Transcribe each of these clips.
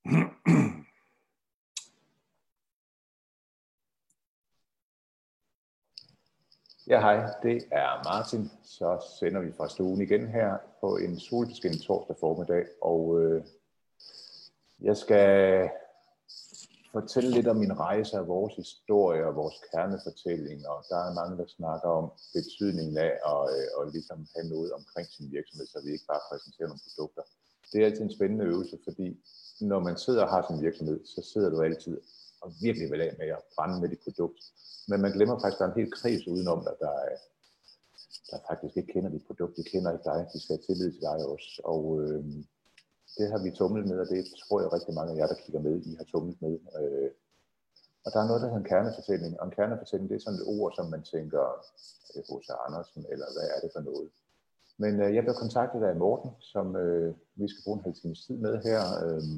Ja, hej, det er Martin. Så sender vi fra stuen igen her på en solbeskinnet torsdag formiddag, og jeg skal fortælle lidt om min rejse og vores historie og vores kernefortælling, og der er mange, der snakker om betydningen af at ligesom have noget omkring sin virksomhed, så vi ikke bare præsenterer nogle produkter. Det er altid en spændende øvelse, fordi når man sidder og har sin virksomhed, så sidder du altid og virkelig vil af med at brænde med dit produkt. Men man glemmer faktisk, at der er en hel kreds udenom dig, der faktisk ikke kender dit produkt. De kender ikke dig, de skal have tillid til dig også. Og det har vi tumlet med, og det tror jeg rigtig mange af jer, der kigger med, I har tumlet med. Og der er noget, der hedder en kernefortælling. Og en kernefortælling, det er sådan et ord, som man tænker, er det H.C. Andersen, eller hvad er det for noget? Men jeg blev kontaktet af Morten, som vi skal bruge en halv times tid med her,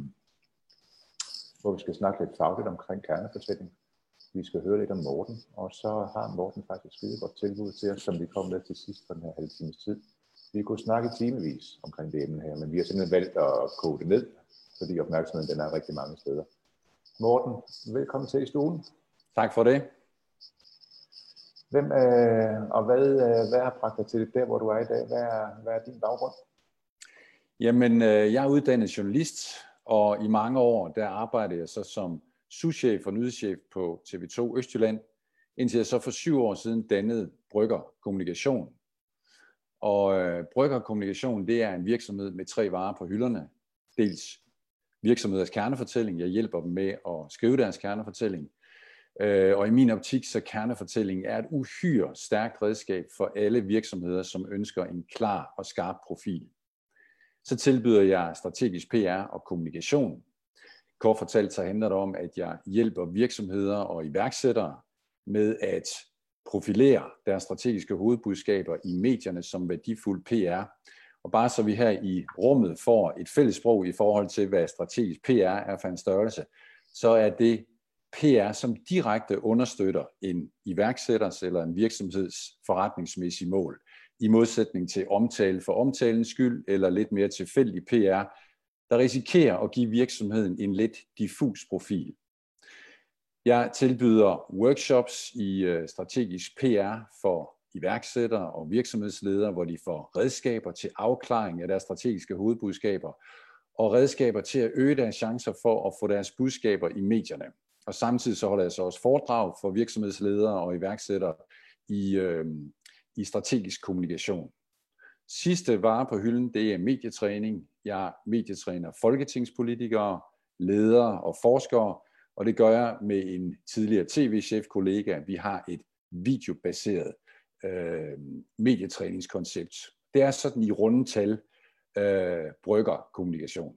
hvor vi skal snakke lidt fagligt omkring kernefortælling. Vi skal høre lidt om Morten, og så har Morten faktisk et skide godt tilbud til os, som vi kommer med til sidst på den her halve times tid. Vi kunne snakke timevis omkring det emne her, men vi har simpelthen valgt at koge det ned, fordi opmærksomheden den er rigtig mange steder. Morten, velkommen til i stuen. Tak for det. Hvem og hvad har bragt dig til der, hvor du er i dag? Hvad er din baggrund? Jamen, jeg er uddannet journalist, og i mange år der arbejdede jeg så som souschef og nyhedschef på TV2 Østjylland, indtil jeg så for 7 år siden dannede Brøgger Kommunikation. Og Brøgger Kommunikation, det er en virksomhed med 3 varer på hylderne. Dels virksomheders kernefortælling, jeg hjælper dem med at skrive deres kernefortælling. Og i min optik, så kernefortælling er et uhyre stærkt redskab for alle virksomheder, som ønsker en klar og skarp profil. Så tilbyder jeg strategisk PR og kommunikation. Kort fortalt så handler det om, at jeg hjælper virksomheder og iværksættere med at profilere deres strategiske hovedbudskaber i medierne som værdifuld PR. Og bare så vi her i rummet får et fælles sprog i forhold til, hvad strategisk PR er for en størrelse, så er det PR, som direkte understøtter en iværksætters eller en virksomheds forretningsmæssige mål, i modsætning til omtale for omtalens skyld eller lidt mere tilfældig PR, der risikerer at give virksomheden en lidt diffus profil. Jeg tilbyder workshops i strategisk PR for iværksættere og virksomhedsledere, hvor de får redskaber til afklaring af deres strategiske hovedbudskaber og redskaber til at øge deres chancer for at få deres budskaber i medierne. Og samtidig så holder jeg så også foredrag for virksomhedsledere og iværksættere i strategisk kommunikation. Sidste vare på hylden, det er medietræning. Jeg medietræner folketingspolitikere, ledere og forskere, og det gør jeg med en tidligere tv-chef-kollega. Vi har et videobaseret medietræningskoncept. Det er sådan i runde tal Brøgger Kommunikation.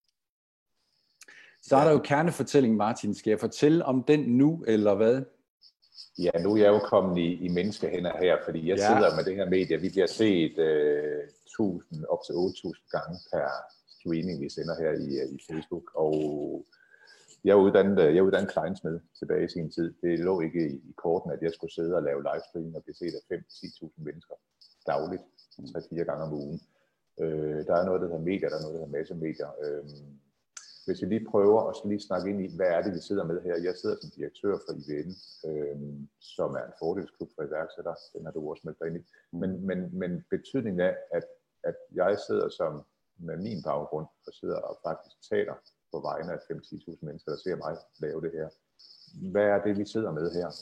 Så er der jo kernefortælling, Martin. Skal jeg fortælle om den nu, eller hvad? Ja, nu er jeg jo kommet i menneskehænder her, fordi jeg sidder med det her medie. Vi bliver set 1000 op til 8000 gange per streaming, vi sender her i Facebook. Og jeg er uddannet klejnsmed tilbage i sin tid. Det lå ikke i korten, at jeg skulle sidde og lave livestream og blive set af 5-10.000 mennesker dagligt, 3-4 gange om ugen. Der er noget, der hedder medier, der er noget, der hedder massemedier. Hvis vi lige prøver at lige snakke ind i, hvad er det, vi sidder med her. Jeg sidder som direktør for IVN, som er en fordelsklub for iværksættere. Den har du også meldt dig ind i. Men betydningen af, at jeg sidder som med min baggrund og sidder og faktisk taler på vegne af 5-10.000 mennesker, der ser mig lave det her. Hvad er det, vi sidder med her?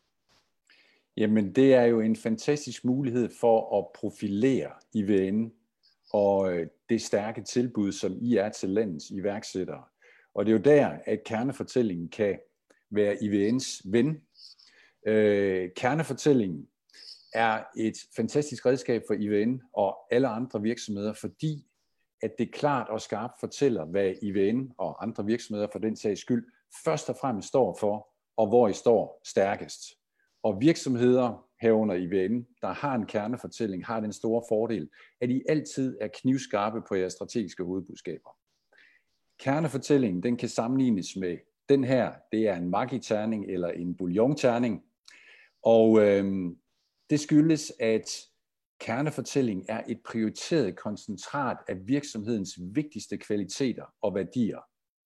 Jamen, det er jo en fantastisk mulighed for at profilere IVN og det stærke tilbud, som I er til landets iværksættere. Og det er jo der, at kernefortællingen kan være IVN's ven. Kernefortællingen er et fantastisk redskab for IVN og alle andre virksomheder, fordi at det klart og skarpt fortæller, hvad IVN og andre virksomheder for den sags skyld først og fremmest står for, og hvor I står stærkest. Og virksomheder herunder IVN, der har en kernefortælling, har den store fordel, at I altid er knivskarpe på jeres strategiske hovedbudskaber. Kernefortællingen, den kan sammenlignes med den her. Det er en maggi-terning eller en bouillon-terning. Og det skyldes, at kernefortælling er et prioriteret koncentrat af virksomhedens vigtigste kvaliteter og værdier.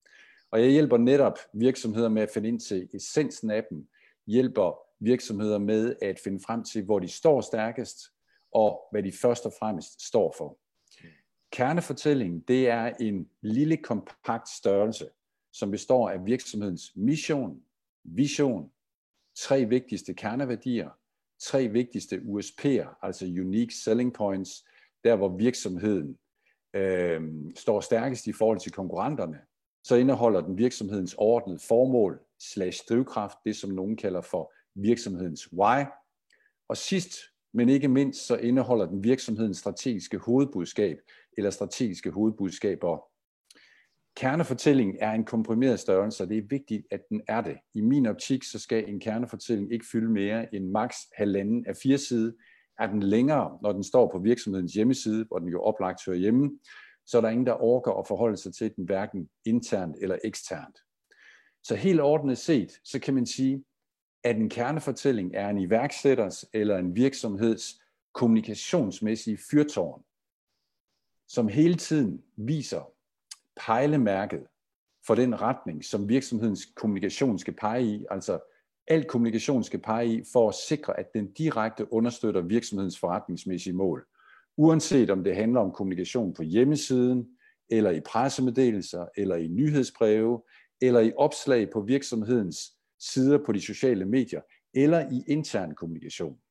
Og jeg hjælper netop virksomheder med at finde ind til essensen af dem, hjælper virksomheder med at finde frem til, hvor de står stærkest, og hvad de først og fremmest står for. Kernefortælling, det er en lille kompakt størrelse, som består af virksomhedens mission, vision, 3 vigtigste kerneværdier, 3 vigtigste USP'er, altså Unique Selling Points, der hvor virksomheden står stærkest i forhold til konkurrenterne. Så indeholder den virksomhedens overordnede formål / drivkraft, det som nogen kalder for virksomhedens why. Og sidst, men ikke mindst, så indeholder den virksomhedens strategiske hovedbudskab eller strategiske hovedbudskaber. Kernefortælling er en komprimeret størrelse, og det er vigtigt, at den er det. I min optik, så skal en kernefortælling ikke fylde mere end maks 1,5 A4-side. Er den længere, når den står på virksomhedens hjemmeside, hvor den jo oplagt hører hjemme, så er der ingen, der orker at forholde sig til den hverken internt eller eksternt. Så helt ordnet set, så kan man sige, at en kernefortælling er en iværksætters eller en virksomheds kommunikationsmæssige fyrtårn, som hele tiden viser pejlemærket for den retning, som virksomhedens kommunikation skal pege i, altså al kommunikation skal pege i, for at sikre, at den direkte understøtter virksomhedens forretningsmæssige mål. Uanset om det handler om kommunikation på hjemmesiden, eller i pressemeddelelser, eller i nyhedsbreve, eller i opslag på virksomhedens sider på de sociale medier, eller i intern kommunikation.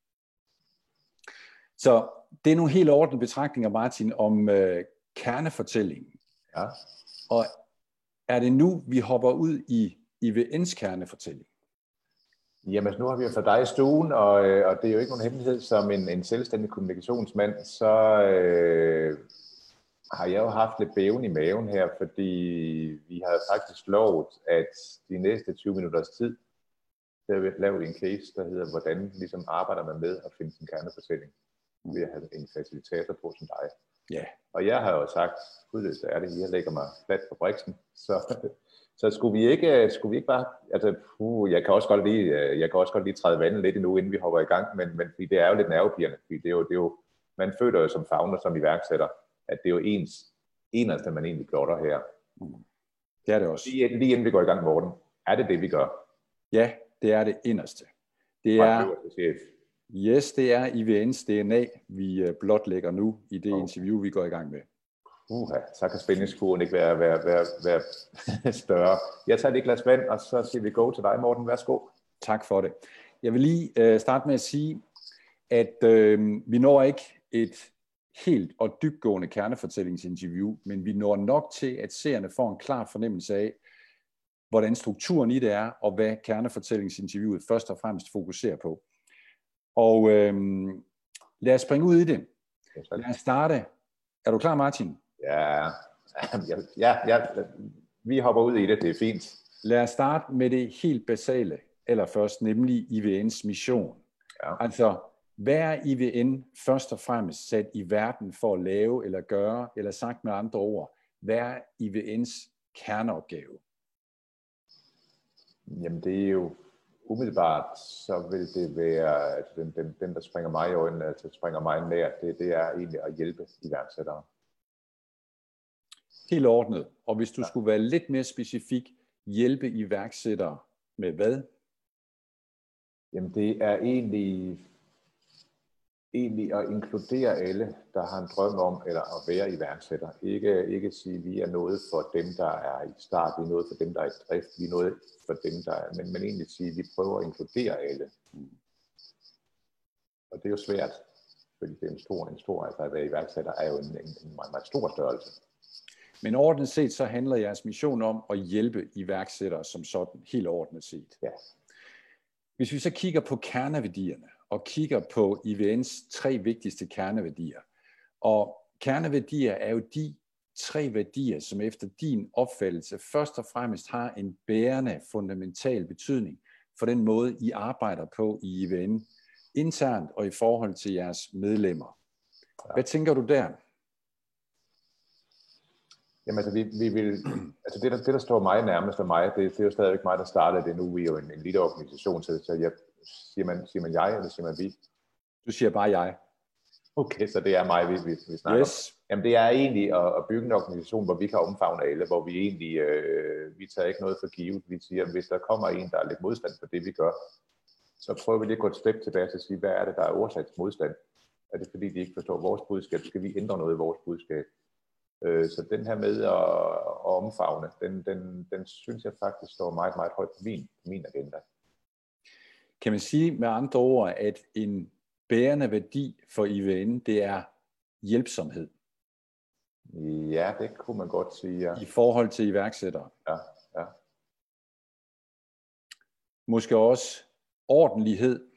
Så det er nogle helt ordentlige betragtninger, Martin, om kernefortællingen. Ja. Og er det nu, vi hopper ud i IVN's kernefortælling? Jamen, nu har vi jo for dig i stuen, og det er jo ikke nogen hemmelighed, som en selvstændig kommunikationsmand, så har jeg jo haft lidt bæven i maven her, fordi vi har faktisk lovet, at de næste 20 minutters tid, der har vi lavet en case, der hedder, hvordan ligesom arbejder man med at finde sin kernefortælling, ved at have en facilitator på som dig. Ja. Og jeg har jo sagt, gudløst er det, jeg lægger mig fladt på briksen, så skulle vi ikke bare, altså, jeg kan også godt lige træde vandet lidt endnu, inden vi hopper i gang, men fordi det er jo lidt nervepirrende, fordi det er jo, man føler jo som founder, som iværksætter, at det er jo eneste, man egentlig plotter her. Det er det også. Lige inden vi går i gang, Morten, er det vi gør? Ja, det er det inderste. Det er IVN's DNA, vi blotlægger nu i det interview, vi går i gang med. Så kan spændingskurven ikke være større. Jeg tager et glas vand, og så siger vi go til dig, Morten. Værsgo. Tak for det. Jeg vil lige starte med at sige, at vi når ikke et helt og dybtgående kernefortællingsinterview, men vi når nok til, at seerne får en klar fornemmelse af, hvordan strukturen i det er, og hvad kernefortællingsinterviewet først og fremmest fokuserer på. Og lad os springe ud i det. Lad os starte. Er du klar, Martin? Ja. Vi hopper ud i det. Det er fint. Lad os starte med det helt basale allerførst, nemlig IVN's mission. Ja. Altså, hvad er IVN først og fremmest sat i verden for at lave eller gøre, eller sagt med andre ord, hvad er IVN's kerneopgave? Jamen, det er jo umiddelbart, så vil det være, altså den der springer mig i øjnene, altså springer mig nær, det er egentlig at hjælpe iværksættere. Helt ordnet. Og hvis du skulle være lidt mere specifik, hjælpe iværksættere med hvad? Jamen, det er egentlig at inkludere alle, der har en drøm om eller at være iværksætter. Ikke sige, at vi er noget for dem, der er i start, vi er noget for dem, der er i drift, vi er noget for dem, der er, men egentlig sige, at vi prøver at inkludere alle. Og det er jo svært, fordi det er en stor altså at være iværksætter er jo en meget, meget stor størrelse. Men ordnet set, så handler jeres mission om at hjælpe iværksættere som sådan, helt ordnet set. Ja. Hvis vi så kigger på kerneværdierne, og kigger på IVN's 3 vigtigste kerneværdier. Og kerneværdier er jo de 3 værdier, som efter din opfattelse først og fremmest har en bærende, fundamental betydning for den måde, I arbejder på i IVN, internt og i forhold til jeres medlemmer. Hvad tænker du der? Jamen altså, vi vil, altså det der står mig nærmest af mig, det er jo stadigvæk mig, der startede det nu. Vi er jo en lille organisation, så jeg siger man jeg, eller siger man vi? Du siger bare jeg. Okay, så det er mig, vi snakker om. Jamen det er egentlig at bygge en organisation, hvor vi kan omfavne alle, hvor vi egentlig, vi tager ikke noget for givet. Vi siger, at hvis der kommer en, der er lidt modstand for det, vi gør, så prøver vi lige at gå et step tilbage og sige, hvad er det, der er årsag til modstand? Er det fordi, de ikke forstår vores budskab? Skal vi ændre noget i vores budskab? Så den her med at omfavne, den synes jeg faktisk står meget, meget højt på min agenda. Kan man sige med andre ord, at en bærende værdi for IVN, det er hjælpsomhed? Ja, det kunne man godt sige, ja. I forhold til iværksættere? Ja, ja. Måske også ordentlighed?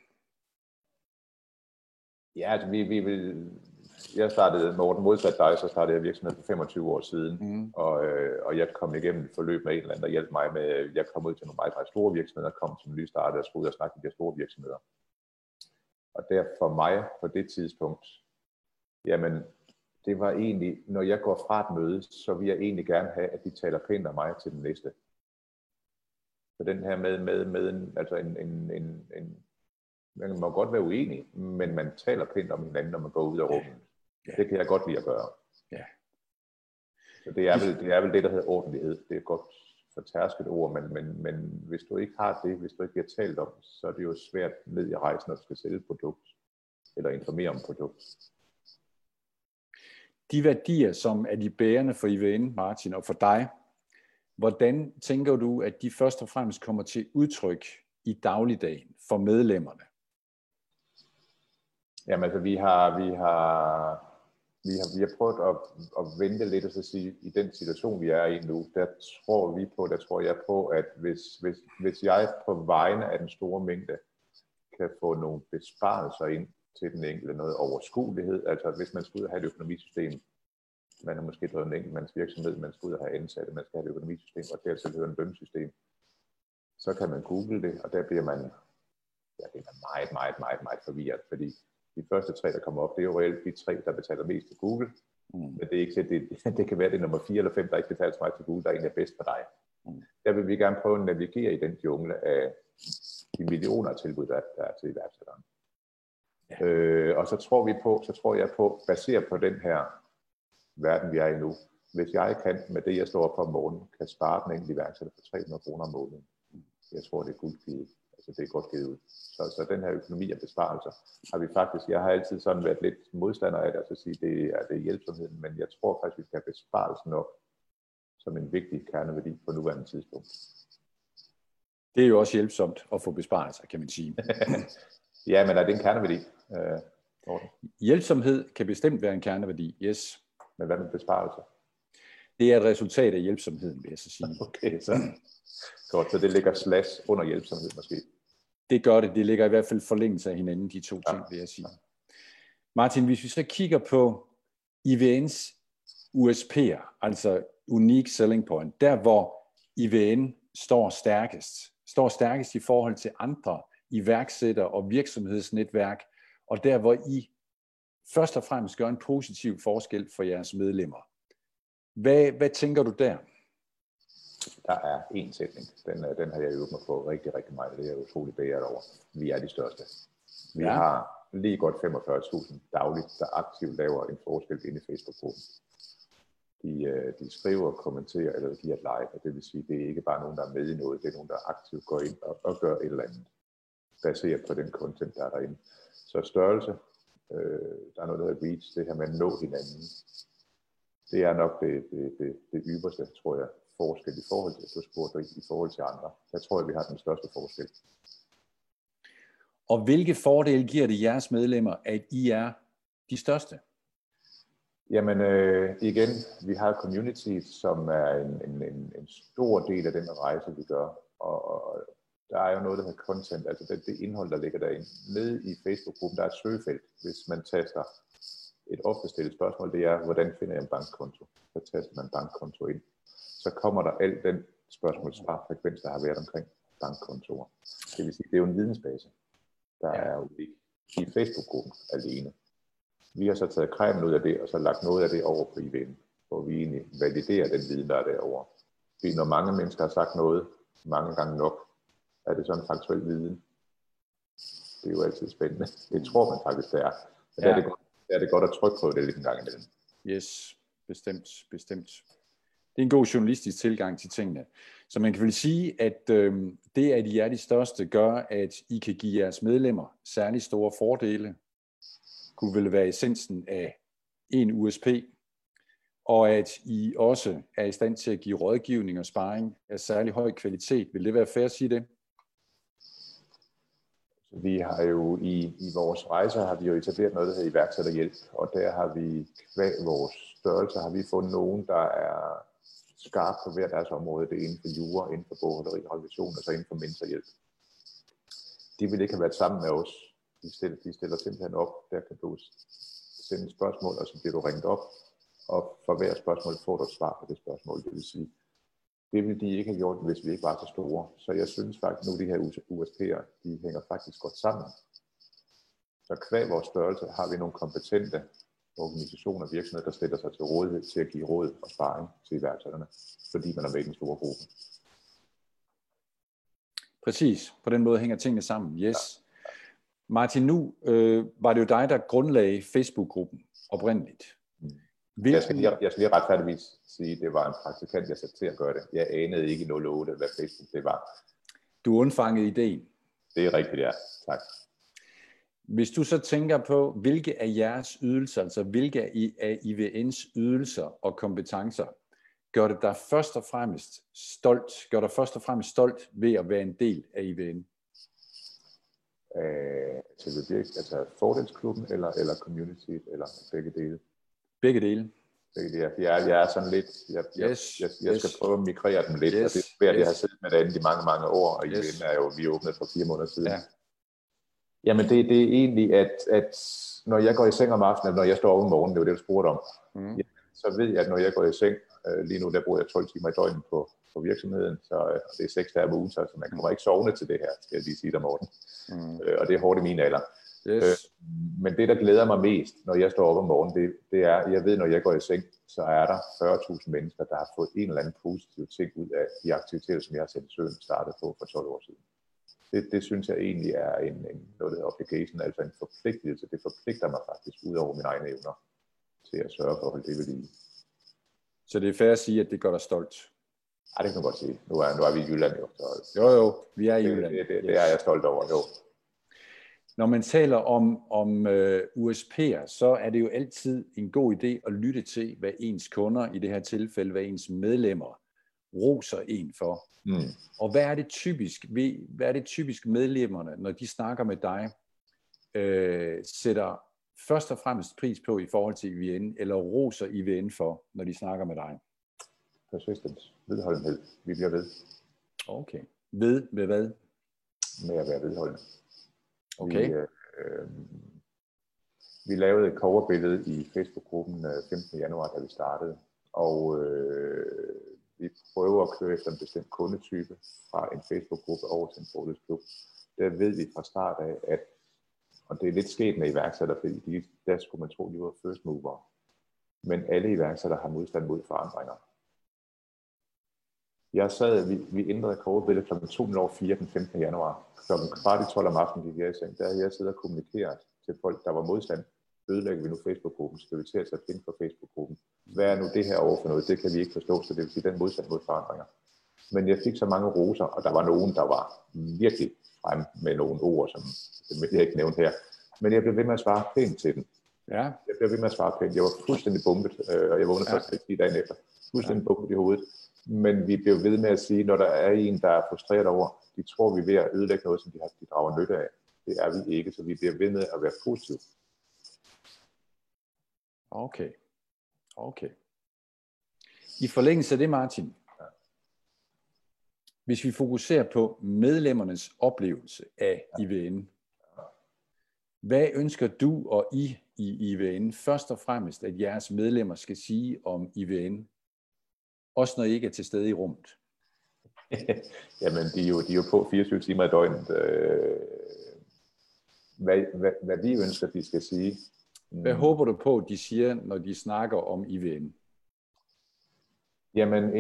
Ja, altså jeg startede, Morten, modsat dig, så startede jeg virksomhed for 25 år siden, og jeg kom igennem et forløb med en eller anden, der hjalp mig med, jeg kom ud til nogle meget, meget store virksomheder, kom som nystartet og skulle ud og snakke med de store virksomheder. Og der for mig på det tidspunkt, jamen, det var egentlig, når jeg går fra et møde, så vil jeg egentlig gerne have, at de taler pænt om mig til den næste. Så den her med altså man må godt være uenig, men man taler pænt om hinanden, når man går ud af rummet. Ja. Det kan jeg godt lide at gøre. Ja. Så det er vel det, der hedder ordentlighed. Det er et godt fortærsket ord, men hvis du ikke har det, hvis du ikke bliver talt om, så er det jo svært ned i rejsen, når du skal sælge et produkt, eller informere om et produkt. De værdier, som er de bærende for IVN, Martin, og for dig, hvordan tænker du, at de først og fremmest kommer til udtryk i dagligdagen for medlemmerne? Jamen altså, vi har prøvet at vente lidt og så sige, i den situation, vi er i nu, der tror jeg på, at hvis jeg på vegne af den store mængde kan få nogle besparelser ind til den enkelte, noget overskuelighed, altså hvis man skal ud og have et økonomisystem, man har måske drevet en enkeltmands virksomhed, man skal ud og have ansatte, man skal have et økonomisystem, og dertil hører en lønsystem, så kan man google det, og der bliver man meget forvirret, fordi de første 3, der kommer op, det er jo reelt de 3, der betaler mest til Google. Men det er ikke det kan være, det er nummer 4 eller 5, der ikke betaler så meget til Google, der egentlig er bedst for dig. Der vil vi gerne prøve at navigere i den jungle af de millioner af tilbud, der er til iværksætteren. Ja. Og så tror jeg på, baseret på den her verden, vi er i nu, hvis jeg kan, med det jeg står op om morgenen, kan spare den enkelte iværksætter for 300 kroner om måneden. Jeg tror, det er guldgivet. Altså, det er godt givet ud. Så den her økonomi og besparelser har vi faktisk, jeg har altid sådan været lidt modstander af det, altså at sige, det er hjælpsomheden, men jeg tror faktisk, vi skal have besparelsen op som en vigtig kerneværdi på nuværende tidspunkt. Det er jo også hjælpsomt at få besparelser, kan man sige. Ja, men er det en kerneværdi? Hjælpsomhed kan bestemt være en kerneværdi, yes. Men hvad med besparelser? Det er et resultat af hjælpsomheden, vil jeg så sige. Okay, så godt, så det ligger slash under hjælpsomhed måske. Det gør det. Det ligger i hvert fald forlængelse af hinanden, de to ting, vil jeg sige. Martin, hvis vi så kigger på IVN's USP'er, altså Unique Selling Point, der hvor IVN står stærkest i forhold til andre iværksættere og virksomhedsnetværk, og der hvor I først og fremmest gør en positiv forskel for jeres medlemmer. Hvad tænker du der? Der er en sætning. Den har jeg øvet mig på rigtig, rigtig meget. Det er jeg utrolig beæret over. Vi er de største. Vi har lige godt 45.000 dagligt, der aktivt laver en forskel inde i Facebook-gruppen. De skriver, kommenterer eller giver et like, og det vil sige, det er ikke bare nogen, der er med i noget, det er nogen, der aktivt går ind og gør et eller andet, baseret på den content, der er derinde. Så størrelse, der er noget, der hedder reach, det her med at nå hinanden, det er nok det ypperste, tror jeg, forskel i forhold til, du spurgte, i forhold til andre. Der tror jeg, vi har den største forskel. Og hvilke fordele giver det jeres medlemmer, at I er de største? Jamen igen, vi har et community, som er en stor del af den rejse, vi gør. Og der er jo noget, der hedder content, altså det indhold, der ligger derinde. Nede i Facebook-gruppen, der er et søgefelt, hvis man taster et ofte stillet spørgsmål, det er, hvordan finder jeg en bankkonto? Så taster man bankkonto ind. Så kommer der al den spørgsmålsfrekvens, der har været omkring bankkontorer. Det vil sige, det er jo en vidensbase, der er unik i Facebook-gruppen alene. Vi har så taget kremen ud af det, og så lagt noget af det over på IVN, hvor vi egentlig validerer den viden, der er derovre. Fordi når mange mennesker har sagt noget mange gange nok, er det sådan en faktuel viden. Det er jo altid spændende. Det tror man faktisk, det er. Men der er det godt at trykprøve det lidt en gang imellem. Yes, bestemt. Det er en god journalistisk tilgang til tingene. Så man kan vel sige, at det, at I er de største, gør, at I kan give jeres medlemmer særlig store fordele. Kunne vel være essensen af en USP, og at I også er i stand til at give rådgivning og sparring af særlig høj kvalitet. Vil det være fair at sige det? Vi har jo i vores rejser har vi jo etableret noget, der hedder iværksætterhjælp, og der har vi kvæg vores størrelse, har vi fundet nogen, der er skarpe på hver deres område. Det er inden for jura, inden for bogholderi, revision og så inden for mentorhjælp. De vil ikke have været sammen med os. De stiller simpelthen op. Der kan du sende et spørgsmål, og så bliver du ringet op, og for hver spørgsmål får du et svar på det spørgsmål. Det vil sige, det ville de ikke have gjort, hvis vi ikke var så store. Så jeg synes faktisk, nu de her USP'er, de hænger faktisk godt sammen. Så kvæg vores størrelse har vi nogle kompetente organisationer og virksomheder, der stiller sig til rådighed til at give råd og sparring til iværksætterne, fordi man er med i den store gruppe. Præcis. På den måde hænger tingene sammen. Yes. Ja. Martin, nu var det jo dig, der grundlagde Facebook-gruppen oprindeligt. Jeg skal lige retfærdigvis sige, at det var en praktikant, jeg satte til at gøre det. Jeg anede ikke i 08, hvad Facebook det var. Du undfangede ideen. Det er rigtigt, ja. Tak. Hvis du så tænker på, hvilke af jeres ydelser, altså hvilke af IVN's ydelser og kompetencer, gør dig først og fremmest stolt ved at være en del af IVN? Altså fordelsklubben eller community, eller begge dele? Begge dele. Jeg er sådan lidt, jeg skal prøve at migrere dem lidt, og det er svært, jeg har siddet med det andet i mange år, og IVN er jo, vi åbnet for 4 måneder siden. Ja. Jamen det er egentlig, at når jeg går i seng om aftenen, når jeg står op om morgenen, det var det, du spurgte om, så ved jeg, at når jeg går i seng, lige nu der bruger jeg 12 timer i døgnet på virksomheden, så det er 6 dage om ugen, så man kommer ikke sovne til det her, skal jeg lige sige dig, Morten. Og det er hårdt i min alder. Yes. Men det, der glæder mig mest, når jeg står op om morgenen, det er, at jeg ved, når jeg går i seng, så er der 40.000 mennesker, der har fået en eller anden positiv ting ud af de aktiviteter, som jeg har sendt søen startet på for 12 år siden. Det synes jeg egentlig er noget, der hedder obligation, altså en forpligtelse. Det forpligter mig faktisk ud over mine egne evner til at sørge for at holde det ved lige. Så det er fair at sige, at det gør dig stolt? Ja, det kan man godt sige. Nu er vi i Jylland jo. Så jo, vi er i Jylland. Det er jeg stolt over, jo. Når man taler om USP'er, så er det jo altid en god idé at lytte til, hvad ens kunder, i det her tilfælde, hvad ens medlemmer, roser en for. Og hvad er det typisk medlemmerne, når de snakker med dig, sætter først og fremmest pris på i forhold til IVN, eller roser IVN for, når de snakker med dig? Persistence, vedholdenhed. Vi bliver ved. Okay. Ved hvad? Med at være vedholdende. Okay. Vi lavede et coverbillede i Facebook-gruppen 15. januar, da vi startede, og vi prøver at køre efter en bestemt kundetype fra en Facebook-gruppe over til en fordelsklub. Der ved vi fra start af, at, og det er lidt sket med iværksætter, fordi der skulle man tro, de var first mover, men alle iværksætter har modstand mod forandringer. Vi ændrede coverbilledet kl. 2:04 den 15. januar. Klokken 11:15 om aftenen gik jeg i seng. Der havde jeg siddet og kommunikeret til folk, der var modstand. Ødelægger vi nu Facebook-gruppen? Skal vi til at tage penge for Facebook-gruppen? Hvad er nu det her over for noget? Det kan vi ikke forstå, så det vil sige den modstand mod forandringer. Men jeg fik så mange roser, og der var nogen, der var virkelig frem med nogle ord, som jeg ikke nævnt her. Men jeg blev ved med at svare pænt til den. Ja. Jeg blev ved med at svare pænt. Jeg var fuldstændig bumpet, og jeg vågnede først 10 dagen efter. Fuldstændig bumpet i hovedet. Men vi bliver ved med at sige, når der er en, der er frustreret over, de tror, vi er ved at ødelægge noget, som de drager nytte af. Det er vi ikke, så vi bliver ved med at være positive. Okay. I forlængelse af det, Martin, hvis vi fokuserer på medlemmernes oplevelse af IVN, hvad ønsker du og I IVN først og fremmest, at jeres medlemmer skal sige om IVN? Også når I ikke er til stede i rummet. Jamen, de er jo på 24 timer i døgnet. Hvad vi ønsker, de skal sige. Hvad håber du på, de siger, når de snakker om IVN? Jamen,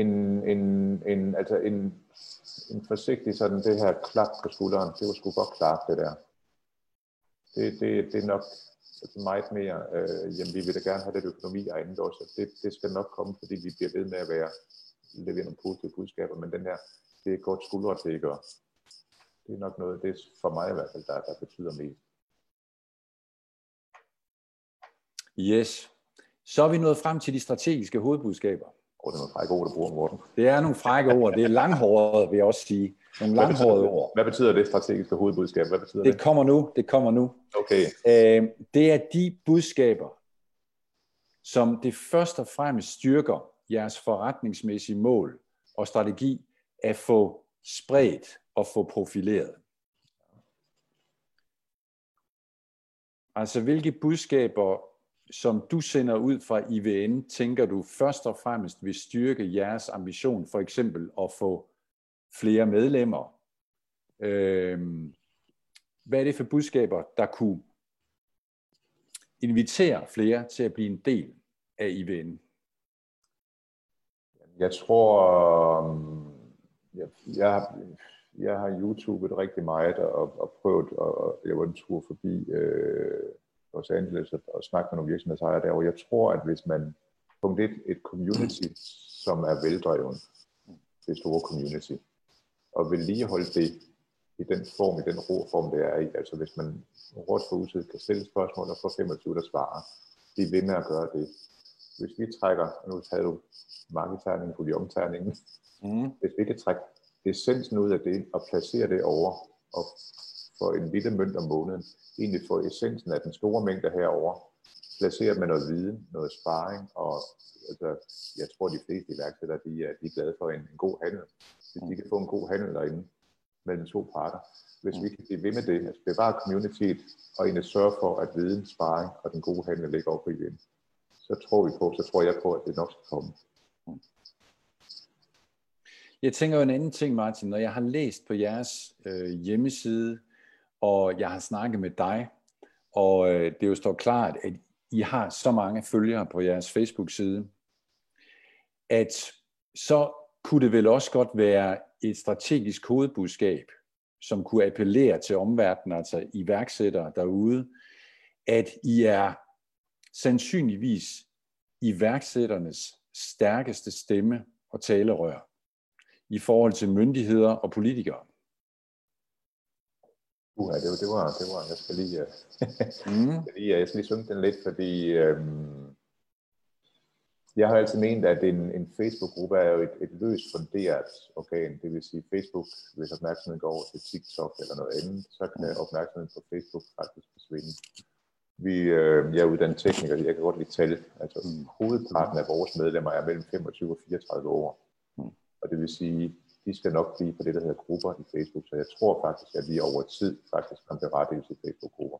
en forsigtig sådan, det her klap på skulderen, det var sgu godt klart, det der. Det er nok Altså meget mere, jamen vi vil da gerne have lidt økonomi og andet også, det skal nok komme, fordi vi bliver ved med at levere nogle positive budskaber, men den her, det er godt skuldre til at gøre. Det er nok noget, det er for mig i hvert fald, der betyder mest. Yes. Så er vi nået frem til de strategiske hovedbudskaber. Det er nogle frække ord, du bruger, Morten. Det er nogle frække ord. Det er langhårede, vil jeg også sige. Nogle langhårede ord. Hvad betyder det strategiske hovedbudskab? Hvad betyder det? Det kommer nu. Okay. Det er de budskaber, som det først og fremmest styrker jeres forretningsmæssige mål og strategi at få spredt og få profileret. Altså hvilke budskaber, som du sender ud fra IVN, tænker du først og fremmest vil styrke jeres ambition, for eksempel at få flere medlemmer? Hvad er det for budskaber, der kunne invitere flere til at blive en del af IVN? Jeg tror, jeg har YouTubet rigtig meget og prøvet, og jeg var en tur forbi Los Angeles og snakke med nogle virksomhedsejere derovre. Jeg tror, at hvis man punkt et community, som er veldrevet, det store community, og vedligeholde det i den form, i den form, det er i, altså hvis man råd for udsigt kan stille spørgsmål og få 25, der svarer, de er ved med at gøre det. Hvis vi trækker, nu tager du markedterningen på de omterningen, hvis vi kan trække essensen ud af det og placere det over og få en lille mønt om måneden, egentlig få essensen af den store mængde herover, placeret med noget viden, noget sparring, og altså, jeg tror de fleste iværksættere, de er glade for en god handel. Hvis de kan få en god handel derinde mellem to parter. Hvis vi kan blive ved med det, altså bevare communityet og egentlig sørge for, at viden, sparring og den gode handel ligger over på igen, så tror jeg på, at det nok skal komme. Jeg tænker jo en anden ting, Martin, når jeg har læst på jeres hjemmeside, og jeg har snakket med dig, og det jo står klart, at I har så mange følgere på jeres Facebook-side, at så kunne det vel også godt være et strategisk hovedbudskab, som kunne appellere til omverdenen, altså iværksættere derude, at I er sandsynligvis iværksætternes stærkeste stemme og talerør i forhold til myndigheder og politikere. Det var, jeg skal lige synge den lidt, fordi jeg har altid ment, at en Facebook-gruppe er jo et løst funderet organ. Det vil sige, Facebook, hvis opmærksomheden går over til TikTok eller noget andet, så kan opmærksomheden på Facebook faktisk forsvinde. Jeg er uddannet tekniker, jeg kan godt lide tal. Altså hovedparten af vores medlemmer er mellem 25 og 34 år. Og det vil sige, de skal nok blive på det, der hedder grupper i Facebook. Så jeg tror faktisk, at vi over tid faktisk kan berettige til Facebook-grupper.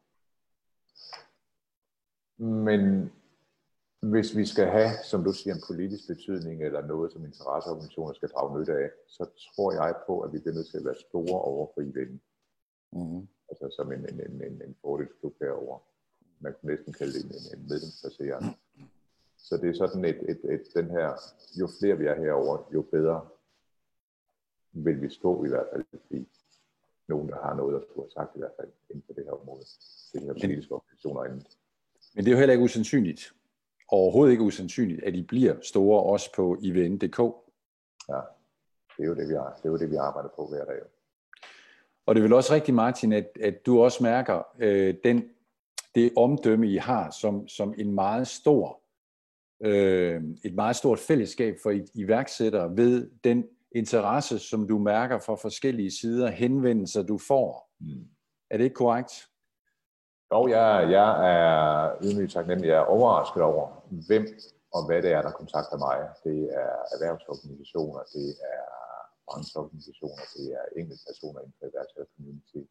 Men hvis vi skal have, som du siger, en politisk betydning eller noget, som interesseorganisationer skal drage nytte af, så tror jeg på, at vi bliver nødt til at være store over for IVN. Altså som en fordelsklub herovre. Man kunne næsten kalde det en medlemsplacering. Så det er sådan den her, jo flere vi er herovre, jo bedre vil vi stå i hvert fald i nogen, der har noget at skulle have sagt i hvert fald inden for det her område. Det her politiske organisationer inden. Men det er jo heller ikke usandsynligt. Overhovedet ikke usandsynligt, at de bliver store også på IVN.dk. Ja, det er jo det, vi arbejder på hver dag. Og det er vel også rigtigt, Martin, at du også mærker det omdømme, I har som en meget stor, et meget stort fællesskab for iværksættere ved den interesse, som du mærker fra forskellige sider, henvendelser du får. Er det ikke korrekt? Jo, jeg er ydmygt taknemmelig. Jeg er overrasket over, hvem og hvad det er, der kontakter mig. Det er erhvervsorganisationer, det er brancheorganisationer, det er enkeltpersoner inden for iværksættercommunity.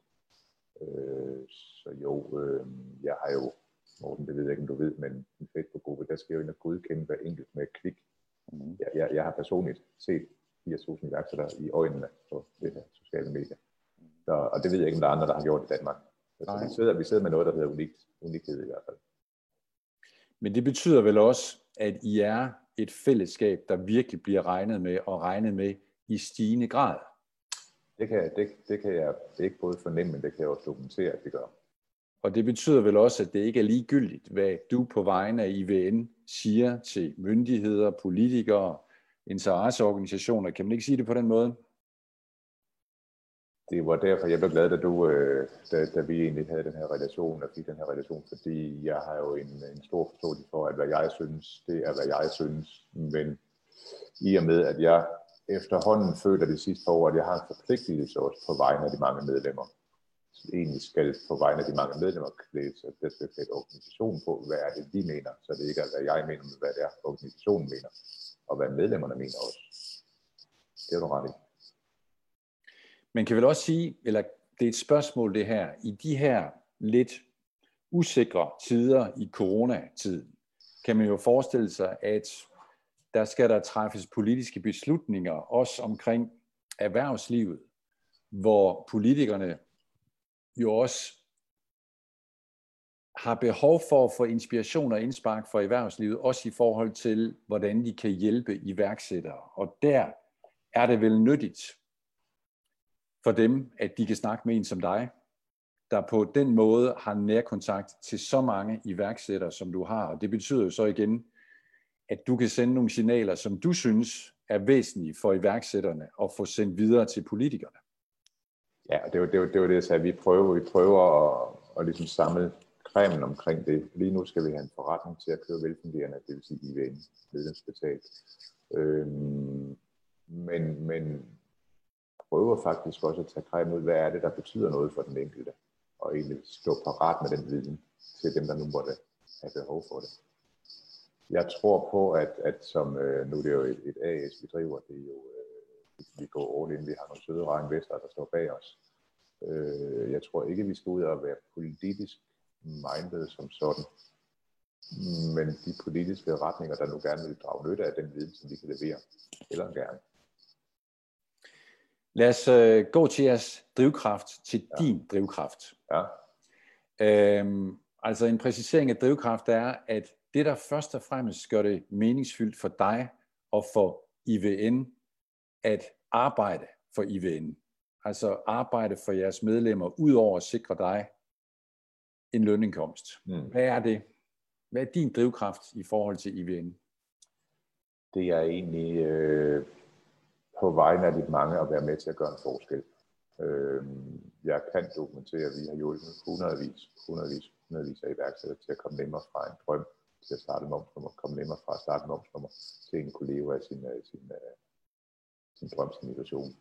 Så jeg har jo, Morten, det ved jeg ikke, om du ved, men en Facebook-gruppe, der skal jo ind og godkende hver enkelt med et klik. Jeg har personligt set 80.000 iværksættere i øjnene på det her sociale medier. Og det ved jeg ikke, om der er andre, der har gjort i Danmark. Så vi sidder med noget, der hedder unikthed i hvert fald. Men det betyder vel også, at I er et fællesskab, der virkelig bliver regnet med i stigende grad? Det kan jeg ikke både fornemme, men det kan jeg også dokumentere, at det gør. Og det betyder vel også, at det ikke er ligegyldigt, hvad du på vegne af IVN siger til myndigheder, politikere, interesseorganisationer. Kan man ikke sige det på den måde? Det var derfor, jeg blev glad, da vi egentlig havde den her relation, og fik den her relation, fordi jeg har jo en stor forståelse for, at hvad jeg synes, det er, hvad jeg synes. Men i og med, at jeg efterhånden føler det sidste par år, at jeg har en forpligtelse også på vegne af de mange medlemmer. Egentlig skal på vegne af de mange medlemmer klædes, at der skal klæde organisationen på, hvad er det, de mener, så det ikke er, hvad jeg mener, men hvad det er, organisationen mener, og hvad medlemmerne mener også. Det er du ret i. Man kan vel også sige, eller det er et spørgsmål det her, i de her lidt usikre tider i coronatiden, kan man jo forestille sig, at der skal der træffes politiske beslutninger, også omkring erhvervslivet, hvor politikerne jo også har behov for at få inspiration og indspark fra erhvervslivet, også i forhold til, hvordan de kan hjælpe iværksættere. Og der er det vel nyttigt for dem, at de kan snakke med en som dig, der på den måde har nærkontakt til så mange iværksættere, som du har. Og det betyder jo så igen, at du kan sende nogle signaler, som du synes er væsentlige for iværksætterne, og få sendt videre til politikerne. Ja, det var det, jeg sagde. Vi prøver at ligesom samle kremen omkring det. Lige nu skal vi have en forretning til at køre velfungerende, det vil sige IVN, medlemsbetalt. Men prøver faktisk også at tage kremen ud, hvad er det, der betyder noget for den enkelte, og egentlig stå parat med den viden til dem, der nu måtte have behov for det. Jeg tror på, at som nu er det jo et AS, vi driver, det er jo, vi går all in, vi har nogle søde investorer, der står bag os. Jeg tror ikke, vi skal ud og være politisk minded som sådan, men de politiske retninger, der nu gerne vil drage nytte af den viden, som vi kan levere, eller gerne. Lad os gå til jeres drivkraft, til din drivkraft. Ja. Altså en præcisering af drivkraft er, at det, der først og fremmest gør det meningsfyldt for dig og for IVN, at arbejde for IVN. Altså arbejde for jeres medlemmer, ud over at sikre dig en lønindkomst. Hvad er det? Hvad er din drivkraft i forhold til IVN? Det er egentlig på vegne af de mange at være med til at gøre en forskel. Jeg kan dokumentere, at vi har hjulpet hundredvis af iværksættere til at komme nemmere fra en drøm til at starte en momsnummer, komme nemmere fra at starte en momsnummer til at kunne leve af sin drømsimulation.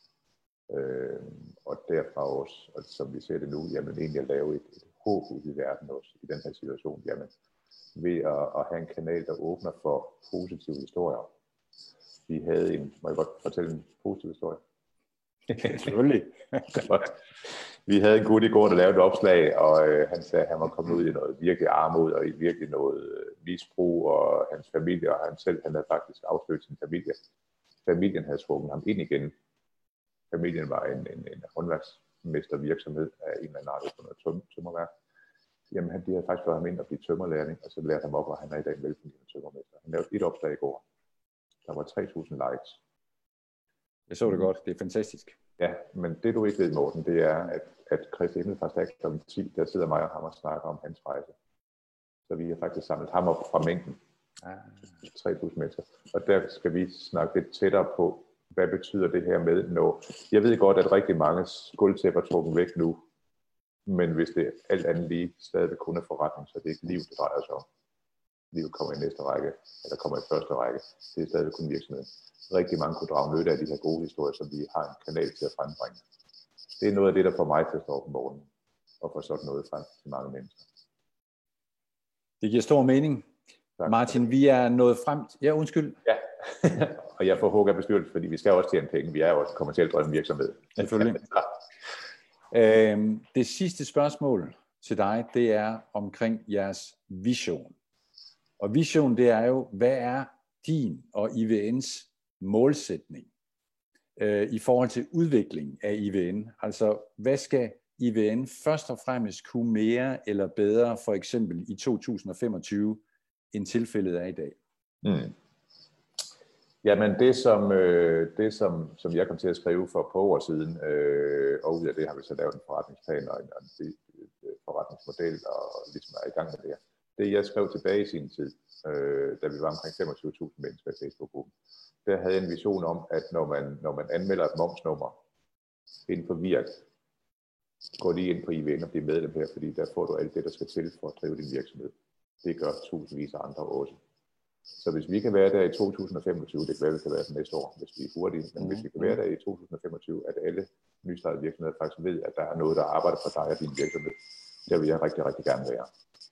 Og derfra også, og som vi ser det nu, jamen egentlig at lave et håb ud i verden også i den her situation, jamen ved at have en kanal, der åbner for positive historier. Vi havde må jeg godt fortælle en positiv historie? Selvfølgelig. Vi havde en gut i går, der lavede et opslag, og han sagde, at han var kommet ud i noget virkelig armod, og i virkelig noget misbrug, og hans familie, og han selv, han havde faktisk afsløret sin familie. Familien havde trukket ham ind igen. Familien var en håndværksmestervirksomhed af en eller anden art på noget tømmerværk. Jamen, de havde faktisk fået ham ind og blive tømmerlærling, og så lærte ham op, og han er i dag en velfungerende tømmermester. Han lavede et opslag i går. Der var 3.000 likes. Jeg så det godt. Det er fantastisk. Ja, men det du ikke ved, Morten, det er, at Kristi Himmelfartsdag kl. 10, der sidder mig og ham og snakker om hans rejse. Så vi har faktisk samlet ham op fra mængden. 3.000 mennesker. Og der skal vi snakke lidt tættere på, hvad betyder det her med, når jeg ved godt, at rigtig mange guldtæpper er trukket væk nu, men hvis det alt andet lige stadigvæk kun er forretning, så det er ikke liv, det drejer sig om. Livet kommer i næste række, eller kommer i første række, det er stadigvæk kun virksomheden. Rigtig mange kunne drage nytte af de her gode historier, som vi har en kanal til at frembringe. Det er noget af det, der får mig til at stå op om morgenen, og få sådan noget frem til mange mennesker. Det giver stor mening. Tak. Martin, vi er nået frem. Ja, undskyld. Ja, og jeg får hug af bestyrelsen, fordi vi skal også tjene penge. Vi er jo også kommercielt drevet virksomhed. Selvfølgelig. Det sidste spørgsmål til dig, det er omkring jeres vision. Og vision, det er jo, hvad er din og IVN's målsætning i forhold til udvikling af IVN? Altså, hvad skal IVN først og fremmest kunne mere eller bedre, for eksempel i 2025, end tilfældet er i dag? Jamen det som jeg kom til at skrive for et par år siden, og ud af det har vi så lavet en forretningsplan og en forretningsmodel og ligesom er i gang med det her. Det jeg skrev tilbage i sin tid, da vi var omkring 25.000 mennesker i Facebook-gruppen, der havde jeg en vision om, at når man anmelder et momsnummer inden for Virk, gå lige ind på IVN og blive medlem her, fordi der får du alt det, der skal til for at drive din virksomhed. Det gør tusindvis af andre også. Så hvis vi kan være der i 2025, det kan være, vi kan være det næste år, hvis vi er hurtige, men hvis vi kan være der i 2025, at alle nystartede virksomheder faktisk ved, at der er noget, der arbejder for dig og din virksomhed, der vil jeg rigtig, rigtig gerne være.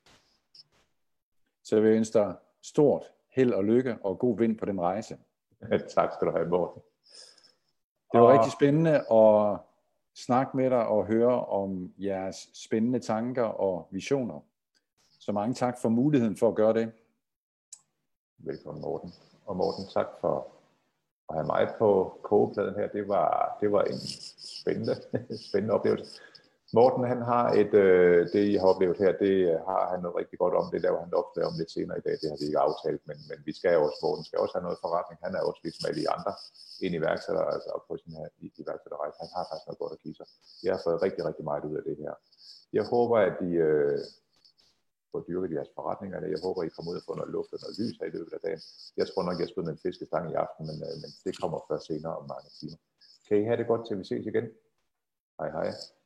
Så jeg vil ønske dig stort held og lykke og god vind på den rejse. Tak skal du have, Morten. Det var rigtig spændende at snakke med dig og høre om jeres spændende tanker og visioner. Så mange tak for muligheden for at gøre det. Velkommen, Morten. Og Morten, tak for at have mig på kogepladen her. Det var en spændende oplevelse. Morten, han har det I har oplevet her, det har han noget rigtig godt om. Det laver han opslag om lidt senere i dag. Det har vi ikke aftalt, men vi skal også, Morten skal også have noget forretning. Han er også ligesom alle de andre ind iværksættere, altså på sin her iværksætterrejse. Han har faktisk noget godt at give sig. Jeg har fået rigtig, rigtig meget ud af det her. Jeg håber, at I får dyrket jeres forretninger. Jeg håber, I kommer ud og får noget luft og noget lys her i løbet af dagen. Jeg tror nok, jeg skal med en fiskestang i aften, men det kommer først senere om mange timer. Kan I have det godt, til vi ses igen? Hej hej.